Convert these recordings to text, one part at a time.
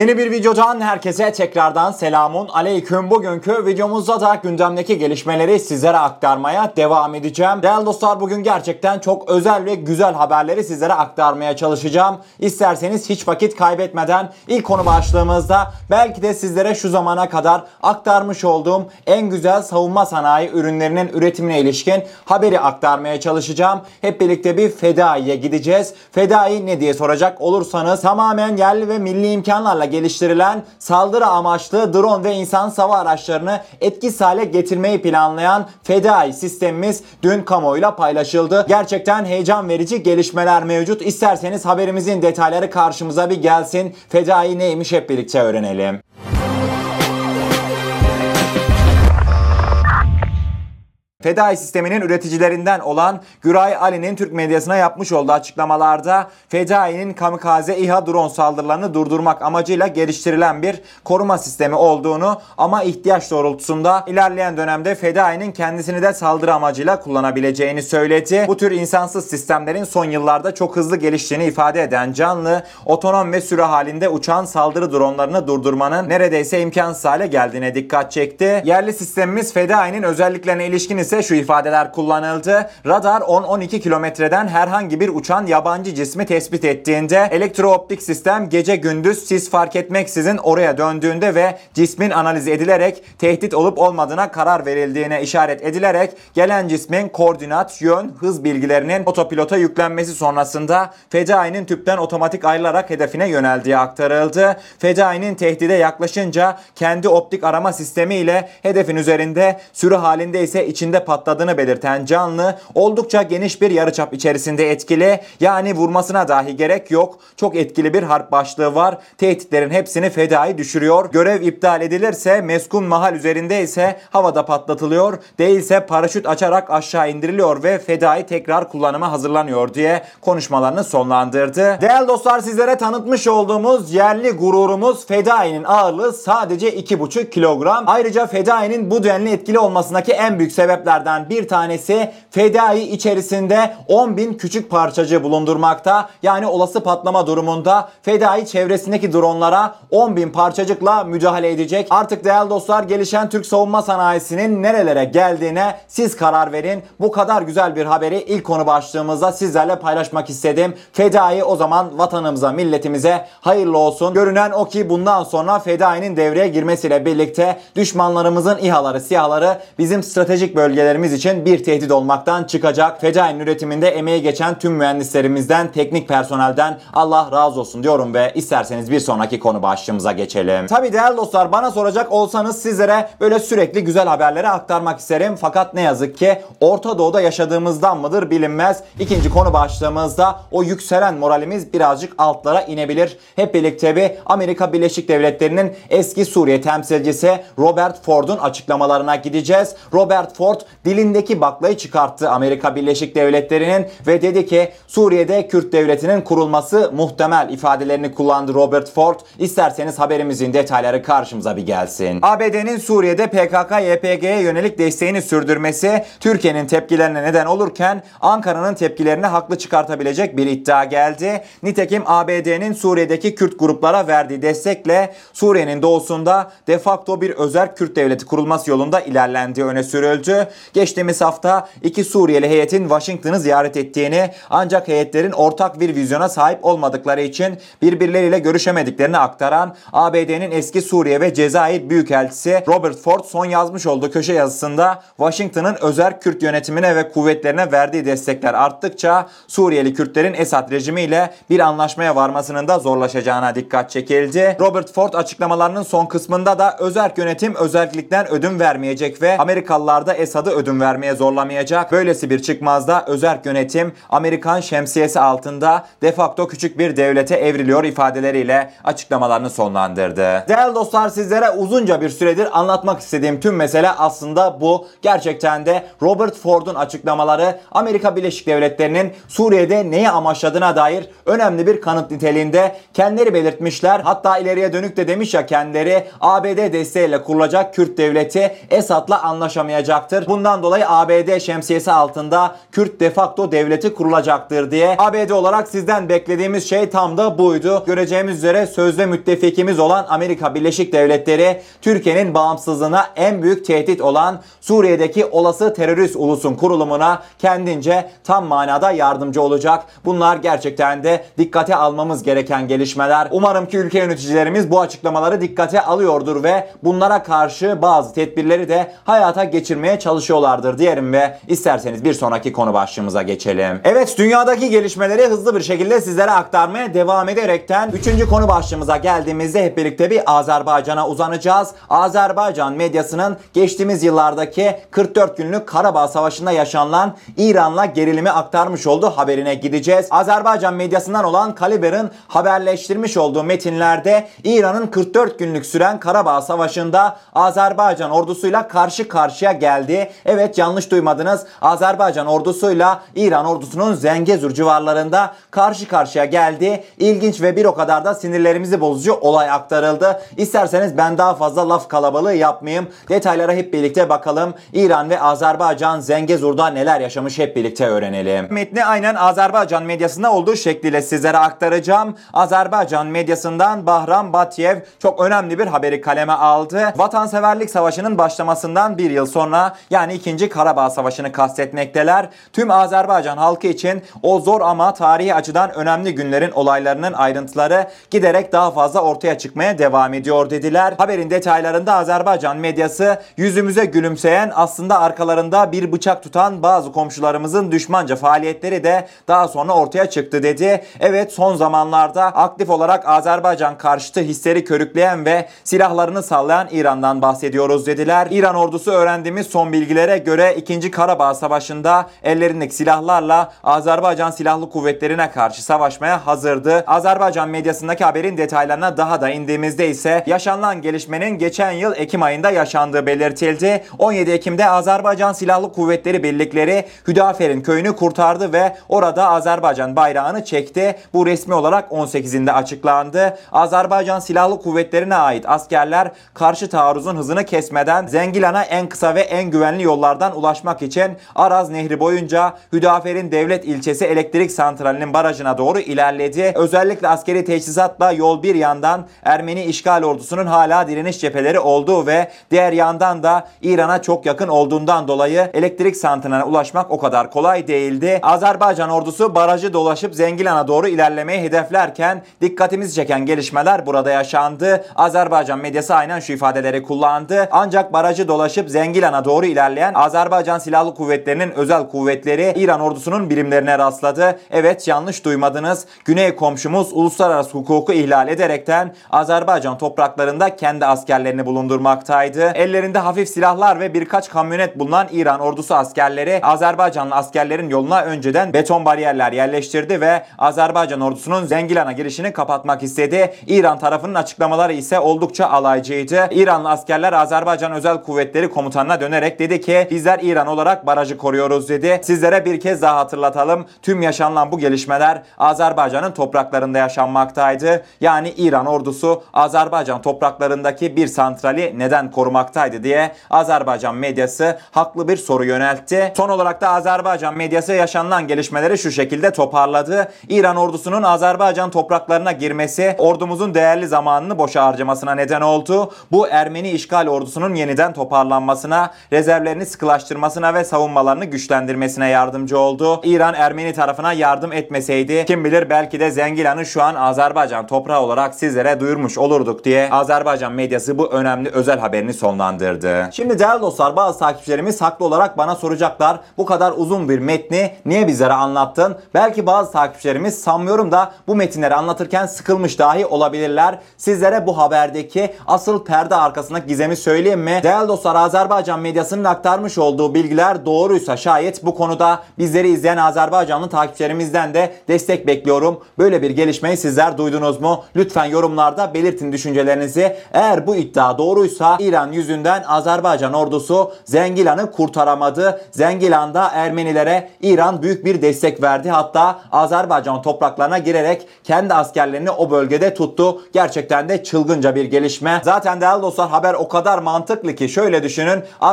Yeni bir videodan herkese tekrardan selamun aleyküm. Bugünkü videomuzda da gündemdeki gelişmeleri sizlere aktarmaya devam edeceğim. Değerli dostlar, bugün gerçekten çok özel ve güzel haberleri sizlere aktarmaya çalışacağım. İsterseniz hiç vakit kaybetmeden ilk konu başlığımızda belki de sizlere şu zamana kadar aktarmış olduğum en güzel savunma sanayi ürünlerinin üretimine ilişkin haberi aktarmaya çalışacağım. Hep birlikte bir fedaiye gideceğiz. Fedai ne diye soracak olursanız, tamamen yerli ve milli imkanlarla geliştirilen saldırı amaçlı drone ve insan hava araçlarını etkisiz hale getirmeyi planlayan fedai sistemimiz dün kamuoyuyla paylaşıldı. Gerçekten heyecan verici gelişmeler mevcut. İsterseniz haberimizin detayları karşımıza bir gelsin. Fedai neymiş hep birlikte öğrenelim. Fedai sisteminin üreticilerinden olan Güray Ali'nin Türk medyasına yapmış olduğu açıklamalarda Fedai'nin kamikaze İHA drone saldırılarını durdurmak amacıyla geliştirilen bir koruma sistemi olduğunu, ama ihtiyaç doğrultusunda ilerleyen dönemde Fedai'nin kendisini de saldırı amacıyla kullanabileceğini söyledi. Bu tür insansız sistemlerin son yıllarda çok hızlı geliştiğini ifade eden Canlı, otonom ve sürü halinde uçan saldırı dronlarını durdurmanın neredeyse imkansız hale geldiğine dikkat çekti. Yerli sistemimiz Fedai'nin özelliklerine ilişkin ise şu ifadeler kullanıldı. Radar 10-12 kilometreden herhangi bir uçan yabancı cismi tespit ettiğinde, elektrooptik sistem gece gündüz sis fark etmeksizin oraya döndüğünde ve cismin analiz edilerek tehdit olup olmadığına karar verildiğine işaret edilerek gelen cismin koordinat, yön, hız bilgilerinin otopilota yüklenmesi sonrasında Fedai'nin tüpten otomatik ayrılarak hedefine yöneldiği aktarıldı. Fedai'nin tehdide yaklaşınca kendi optik arama sistemi ile hedefin üzerinde, sürü halinde ise içinde patladığını belirten Canlı, oldukça geniş bir yarıçap içerisinde etkili, yani vurmasına dahi gerek yok. Çok etkili bir harp başlığı var. Tehditlerin hepsini Fedai düşürüyor. Görev iptal edilirse meskun mahal üzerinde ise havada patlatılıyor. Değilse paraşüt açarak aşağı indiriliyor ve Fedai tekrar kullanıma hazırlanıyor diye konuşmalarını sonlandırdı. Değerli dostlar, sizlere tanıtmış olduğumuz yerli gururumuz Fedai'nin ağırlığı sadece 2,5 kilogram. Ayrıca Fedai'nin bu denli etkili olmasındaki en büyük sebeplerden bir tanesi, Fedai içerisinde 10.000 küçük parçacığı bulundurmakta. Yani olası patlama durumunda Fedai çevresindeki dronlara 10.000 parçacıkla müdahale edecek. Artık değerli dostlar, gelişen Türk savunma sanayisinin nerelere geldiğine siz karar verin. Bu kadar güzel bir haberi ilk konu başlığımızda sizlerle paylaşmak istedim. Fedai o zaman vatanımıza, milletimize hayırlı olsun. Görünen o ki bundan sonra Fedai'nin devreye girmesiyle birlikte düşmanlarımızın İHA'ları, SİHA'ları bizim stratejik bölgelerimiz için bir tehdit olmaktan çıkacak. Fedai'nin üretiminde emeği geçen tüm mühendislerimizden, teknik personelden Allah razı olsun diyorum ve isterseniz bir sonraki konu başlığımıza geçelim. Tabi değerli dostlar, bana soracak olsanız sizlere böyle sürekli güzel haberleri aktarmak isterim. Fakat ne yazık ki Orta Doğu'da yaşadığımızdan mıdır bilinmez. İkinci konu başlığımızda o yükselen moralimiz birazcık altlara inebilir. Hep birlikte bir Amerika Birleşik Devletleri'nin eski Suriye temsilcisi Robert Ford'un açıklamalarına gideceğiz. Robert Ford dilindeki baklayı çıkarttı Amerika Birleşik Devletleri'nin ve dedi ki Suriye'de Kürt devletinin kurulması muhtemel ifadelerini kullandı Robert Ford. İsterseniz haberimizin detayları karşımıza bir gelsin. ABD'nin Suriye'de PKK-YPG'ye yönelik desteğini sürdürmesi Türkiye'nin tepkilerine neden olurken Ankara'nın tepkilerini haklı çıkartabilecek bir iddia geldi. Nitekim ABD'nin Suriye'deki Kürt gruplara verdiği destekle Suriye'nin doğusunda de facto bir özerk Kürt devleti kurulması yolunda ilerlendiği öne sürüldü. Geçtiğimiz hafta iki Suriyeli heyetin Washington'ı ziyaret ettiğini, ancak heyetlerin ortak bir vizyona sahip olmadıkları için birbirleriyle görüşemediklerini aktaran ABD'nin eski Suriye ve Cezayir Büyükelçisi Robert Ford son yazmış olduğu köşe yazısında Washington'ın özerk Kürt yönetimine ve kuvvetlerine verdiği destekler arttıkça Suriyeli Kürtlerin Esad rejimiyle bir anlaşmaya varmasının da zorlaşacağına dikkat çekildi. Robert Ford açıklamalarının son kısmında da özerk yönetim özerklikten ödün vermeyecek ve Amerikalılar da Esad'ı ödün vermeye zorlamayacak. Böylesi bir çıkmazda özerk yönetim Amerikan şemsiyesi altında de facto küçük bir devlete evriliyor ifadeleriyle açıklamalarını sonlandırdı. Değerli dostlar, sizlere uzunca bir süredir anlatmak istediğim tüm mesele aslında bu. Gerçekten de Robert Ford'un açıklamaları Amerika Birleşik Devletleri'nin Suriye'de neyi amaçladığına dair önemli bir kanıt niteliğinde. Kendileri belirtmişler. Hatta ileriye dönük de demiş ya kendileri, ABD desteğiyle kurulacak Kürt devleti Esad'la anlaşamayacaktır. Bundan dolayı ABD şemsiyesi altında Kürt de facto devleti kurulacaktır diye. ABD olarak sizden beklediğimiz şey tam da buydu. Göreceğimiz üzere sözde müttefikimiz olan Amerika Birleşik Devletleri Türkiye'nin bağımsızlığına en büyük tehdit olan Suriye'deki olası terörist ulusun kurulumuna kendince tam manada yardımcı olacak. Bunlar gerçekten de dikkate almamız gereken gelişmeler. Umarım ki ülke yöneticilerimiz bu açıklamaları dikkate alıyordur ve bunlara karşı bazı tedbirleri de hayata geçirmeye çalışıyorlardır diyelim ve isterseniz bir sonraki konu başlığımıza geçelim. Evet, dünyadaki gelişmeleri hızlı bir şekilde sizlere aktarmaya devam ederekten 3. konu başlığımıza geldiğimizde hep birlikte bir Azerbaycan'a uzanacağız. Azerbaycan medyasının geçtiğimiz yıllardaki 44 günlük Karabağ Savaşı'nda yaşanılan İran'la gerilimi aktarmış olduğu haberine gideceğiz. Azerbaycan medyasından olan Kaliber'in haberleştirmiş olduğu metinlerde İran'ın 44 günlük süren Karabağ Savaşı'nda Azerbaycan ordusuyla karşı karşıya geldi. Evet, yanlış duymadınız. Azerbaycan ordusuyla İran ordusunun Zengezur civarlarında karşı karşıya geldi. İlginç ve bir o kadar da sinirlerimizi bozucu olay aktarıldı. İsterseniz ben daha fazla laf kalabalığı yapmayayım. Detaylara hep birlikte bakalım. İran ve Azerbaycan Zengezur'da neler yaşamış hep birlikte öğrenelim. Metni aynen Azerbaycan medyasında olduğu şekliyle sizlere aktaracağım. Azerbaycan medyasından Bahram Batiyev çok önemli bir haberi kaleme aldı. Vatanseverlik Savaşı'nın başlamasından bir yıl sonra, yani 2. Karabağ Savaşı'nı kastetmekteler. Tüm Azerbaycan halkı için o zor ama tarihi açıdan önemli günlerin olaylarının ayrıntıları giderek daha fazla ortaya çıkmaya devam ediyor dediler. Haberin detaylarında Azerbaycan medyası yüzümüze gülümseyen, aslında arkalarında bir bıçak tutan bazı komşularımızın düşmanca faaliyetleri de daha sonra ortaya çıktı dedi. Evet, son zamanlarda aktif olarak Azerbaycan karşıtı hisleri körükleyen ve silahlarını sallayan İran'dan bahsediyoruz dediler. İran ordusu öğrendiğimiz son bilgilere göre 2. Karabağ Savaşı'nda ellerindeki silahlarla Azerbaycan Silahlı Kuvvetleri'ne karşı savaşmaya hazırdı. Azerbaycan medyasındaki haberin detaylarına daha da indiğimizde ise yaşanılan gelişmenin geçen yıl Ekim ayında yaşandığı belirtildi. 17 Ekim'de Azerbaycan Silahlı Kuvvetleri birlikleri Hüdafer'in köyünü kurtardı ve orada Azerbaycan bayrağını çekti. Bu resmi olarak 18'inde açıklandı. Azerbaycan Silahlı Kuvvetleri'ne ait askerler karşı taarruzun hızını kesmeden Zengilan'a en kısa ve en güvenli yollardan ulaşmak için Araz Nehri boyunca Hüdafer'in devlet ilçesi elektrik santralinin barajına doğru ilerledi. Özellikle askeri teçhizatla yol bir yandan Ermeni işgal ordusunun hala direniş cepheleri olduğu ve diğer yandan da İran'a çok yakın olduğundan dolayı elektrik santraline ulaşmak o kadar kolay değildi. Azerbaycan ordusu barajı dolaşıp Zengilan'a doğru ilerlemeyi hedeflerken dikkatimizi çeken gelişmeler burada yaşandı. Azerbaycan medyası aynen şu ifadeleri kullandı. Ancak barajı dolaşıp Zengilan'a doğru ilerleyen Azerbaycan Silahlı Kuvvetleri'nin özel kuvvetleri İran ordusunun birimlerine rastladı. Evet, yanlış duymadınız. Güney komşumuz uluslararası hukuku ihlal ederekten Azerbaycan topraklarında kendi askerlerini bulundurmaktaydı. Ellerinde hafif silahlar ve birkaç kamyonet bulunan İran ordusu askerleri Azerbaycanlı askerlerin yoluna önceden beton bariyerler yerleştirdi ve Azerbaycan ordusunun Zengilan'a girişini kapatmak istedi. İran tarafının açıklamaları ise oldukça alaycıydı. İranlı askerler Azerbaycan Özel Kuvvetleri komutanına dönerek dedi ki bizler İran olarak barajı koruyoruz dedi. Sizlere bir kez daha hatırlatalım. Tüm yaşanılan bu gelişmeler Azerbaycan'ın topraklarında yaşanmaktaydı. Yani İran ordusu Azerbaycan topraklarındaki bir santrali neden korumaktaydı diye Azerbaycan medyası haklı bir soru yöneltti. Son olarak da Azerbaycan medyası yaşanılan gelişmeleri şu şekilde toparladı. İran ordusunun Azerbaycan topraklarına girmesi ordumuzun değerli zamanını boşa harcamasına neden oldu. Bu Ermeni işgal ordusunun yeniden toparlanmasına, rezervlerini sıkılaştırmasına ve savunmalarını güçlendirmesine yardımcı oldu. İran Ermeni tarafına yardım etmeseydi kim bilir belki de Zengilan'ı şu an Azerbaycan toprağı olarak sizlere duyurmuş olurduk diye Azerbaycan medyası bu önemli özel haberini sonlandırdı. Şimdi değerli dostlar, bazı takipçilerimiz haklı olarak bana soracaklar, bu kadar uzun bir metni niye bizlere anlattın? Belki bazı takipçilerimiz, sanmıyorum da, bu metinleri anlatırken sıkılmış dahi olabilirler. Sizlere bu haberdeki asıl perde arkasındaki gizemi söyleyeyim mi? Değerli dostlar, Azerbaycan medyasının aktarmış olduğu bilgiler doğruysa şayet bu konuda bizleri izleyen Azerbaycanlı takipçilerimizden de destek bekliyorum. Böyle bir gelişmeyi sizler duydunuz mu? Lütfen yorumlarda belirtin düşüncelerinizi. Eğer bu iddia doğruysa İran yüzünden Azerbaycan ordusu Zengilan'ı kurtaramadı. Zengilan'da Ermenilere İran büyük bir destek verdi. Hatta Azerbaycan topraklarına girerek kendi askerlerini o bölgede tuttu. Gerçekten de çılgınca bir gelişme. Zaten değerli dostlar, haber o kadar mantıklı ki şöyle düşünün. Azerbaycan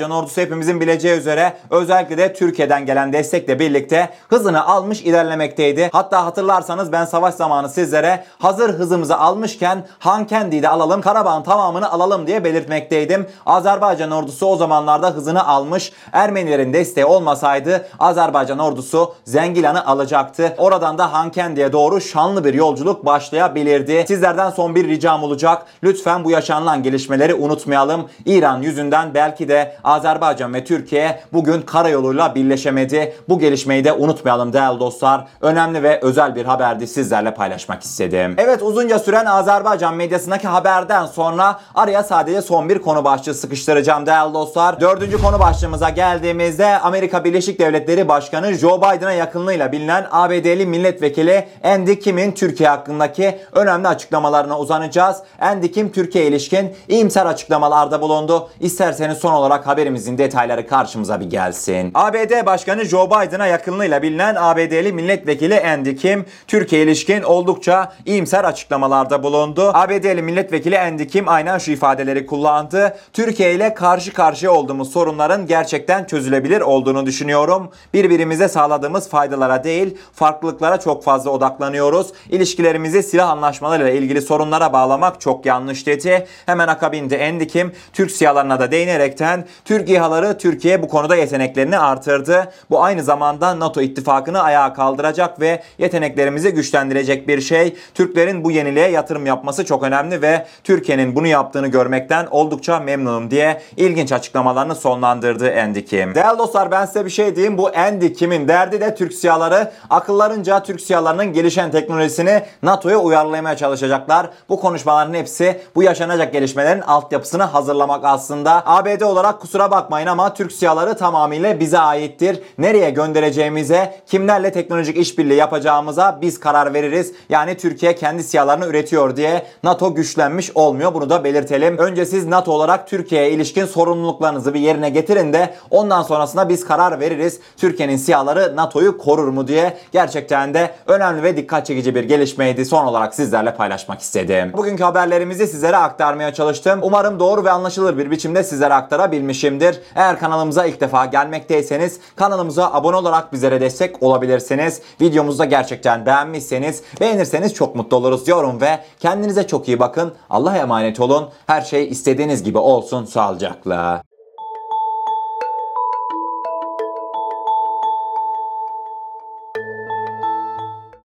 Azerbaycan ordusu hepimizin bileceği üzere özellikle de Türkiye'den gelen destekle birlikte hızını almış ilerlemekteydi. Hatta hatırlarsanız ben savaş zamanı sizlere hazır hızımızı almışken Hankendi'yi de alalım, Karabağ'ın tamamını alalım diye belirtmekteydim. Azerbaycan ordusu o zamanlarda hızını almış. Ermenilerin desteği olmasaydı Azerbaycan ordusu Zengilan'ı alacaktı. Oradan da Hankendi'ye doğru şanlı bir yolculuk başlayabilirdi. Sizlerden son bir ricam olacak. Lütfen bu yaşanılan gelişmeleri unutmayalım. İran yüzünden belki de Azerbaycan ve Türkiye bugün karayoluyla birleşemedi. Bu gelişmeyi de unutmayalım değerli dostlar. Önemli ve özel bir haberdi, sizlerle paylaşmak istedim. Evet, uzunca süren Azerbaycan medyasındaki haberden sonra araya sadece son bir konu başlığı sıkıştıracağım değerli dostlar. Dördüncü konu başlığımıza geldiğimizde Amerika Birleşik Devletleri Başkanı Joe Biden'a yakınlığıyla bilinen ABD'li milletvekili Andy Kim'in Türkiye hakkındaki önemli açıklamalarına uzanacağız. Andy Kim Türkiye ilişkin iyimser açıklamalarda bulundu. İsterseniz son olarak haberimizin detayları karşımıza bir gelsin. ABD Başkanı Joe Biden'a yakınlığıyla bilinen ABD'li milletvekili Andy Kim Türkiye ilişkin oldukça iyimser açıklamalarda bulundu. ABD'li milletvekili Andy Kim aynen şu ifadeleri kullandı. Türkiye ile karşı karşıya olduğumuz sorunların gerçekten çözülebilir olduğunu düşünüyorum. Birbirimize sağladığımız faydalara değil, farklılıklara çok fazla odaklanıyoruz. İlişkilerimizi silah anlaşmalarıyla ilgili sorunlara bağlamak çok yanlış dedi. Hemen akabinde Andy Kim Türk SİHA'larına da değinerekten Türk İHA'ları Türkiye bu konuda yeteneklerini artırdı. Bu aynı zamanda NATO ittifakını ayağa kaldıracak ve yeteneklerimizi güçlendirecek bir şey. Türklerin bu yeniliğe yatırım yapması çok önemli ve Türkiye'nin bunu yaptığını görmekten oldukça memnunum diye ilginç açıklamalarını sonlandırdı Andy Kim. Değerli dostlar, ben size bir şey diyeyim. Bu Andy Kim'in derdi de Türk SİHA'ları. Akıllarınca Türk SİHA'larının gelişen teknolojisini NATO'ya uyarlamaya çalışacaklar. Bu konuşmaların hepsi bu yaşanacak gelişmelerin altyapısını hazırlamak aslında. ABD olarak kusura bakmayın ama Türk SİHA'ları tamamıyla bize aittir. Nereye göndereceğimize, kimlerle teknolojik işbirliği yapacağımıza biz karar veririz. Yani Türkiye kendi SİHA'larını üretiyor diye NATO güçlenmiş olmuyor. Bunu da belirtelim. Önce siz NATO olarak Türkiye'ye ilişkin sorumluluklarınızı bir yerine getirin de ondan sonrasında biz karar veririz. Türkiye'nin SİHA'ları NATO'yu korur mu diye. Gerçekten de önemli ve dikkat çekici bir gelişmeydi. Son olarak sizlerle paylaşmak istedim. Bugünkü haberlerimizi sizlere aktarmaya çalıştım. Umarım doğru ve anlaşılır bir biçimde sizlere aktarabilmişimdir. Eğer kanalımıza ilk defa gelmekteyseniz kanalımıza abone olarak bizlere destek olabilirsiniz. Videomuzu da gerçekten beğenirseniz çok mutlu oluruz diyorum ve kendinize çok iyi bakın. Allah'a emanet olun. Her şey istediğiniz gibi olsun. Sağlıcakla.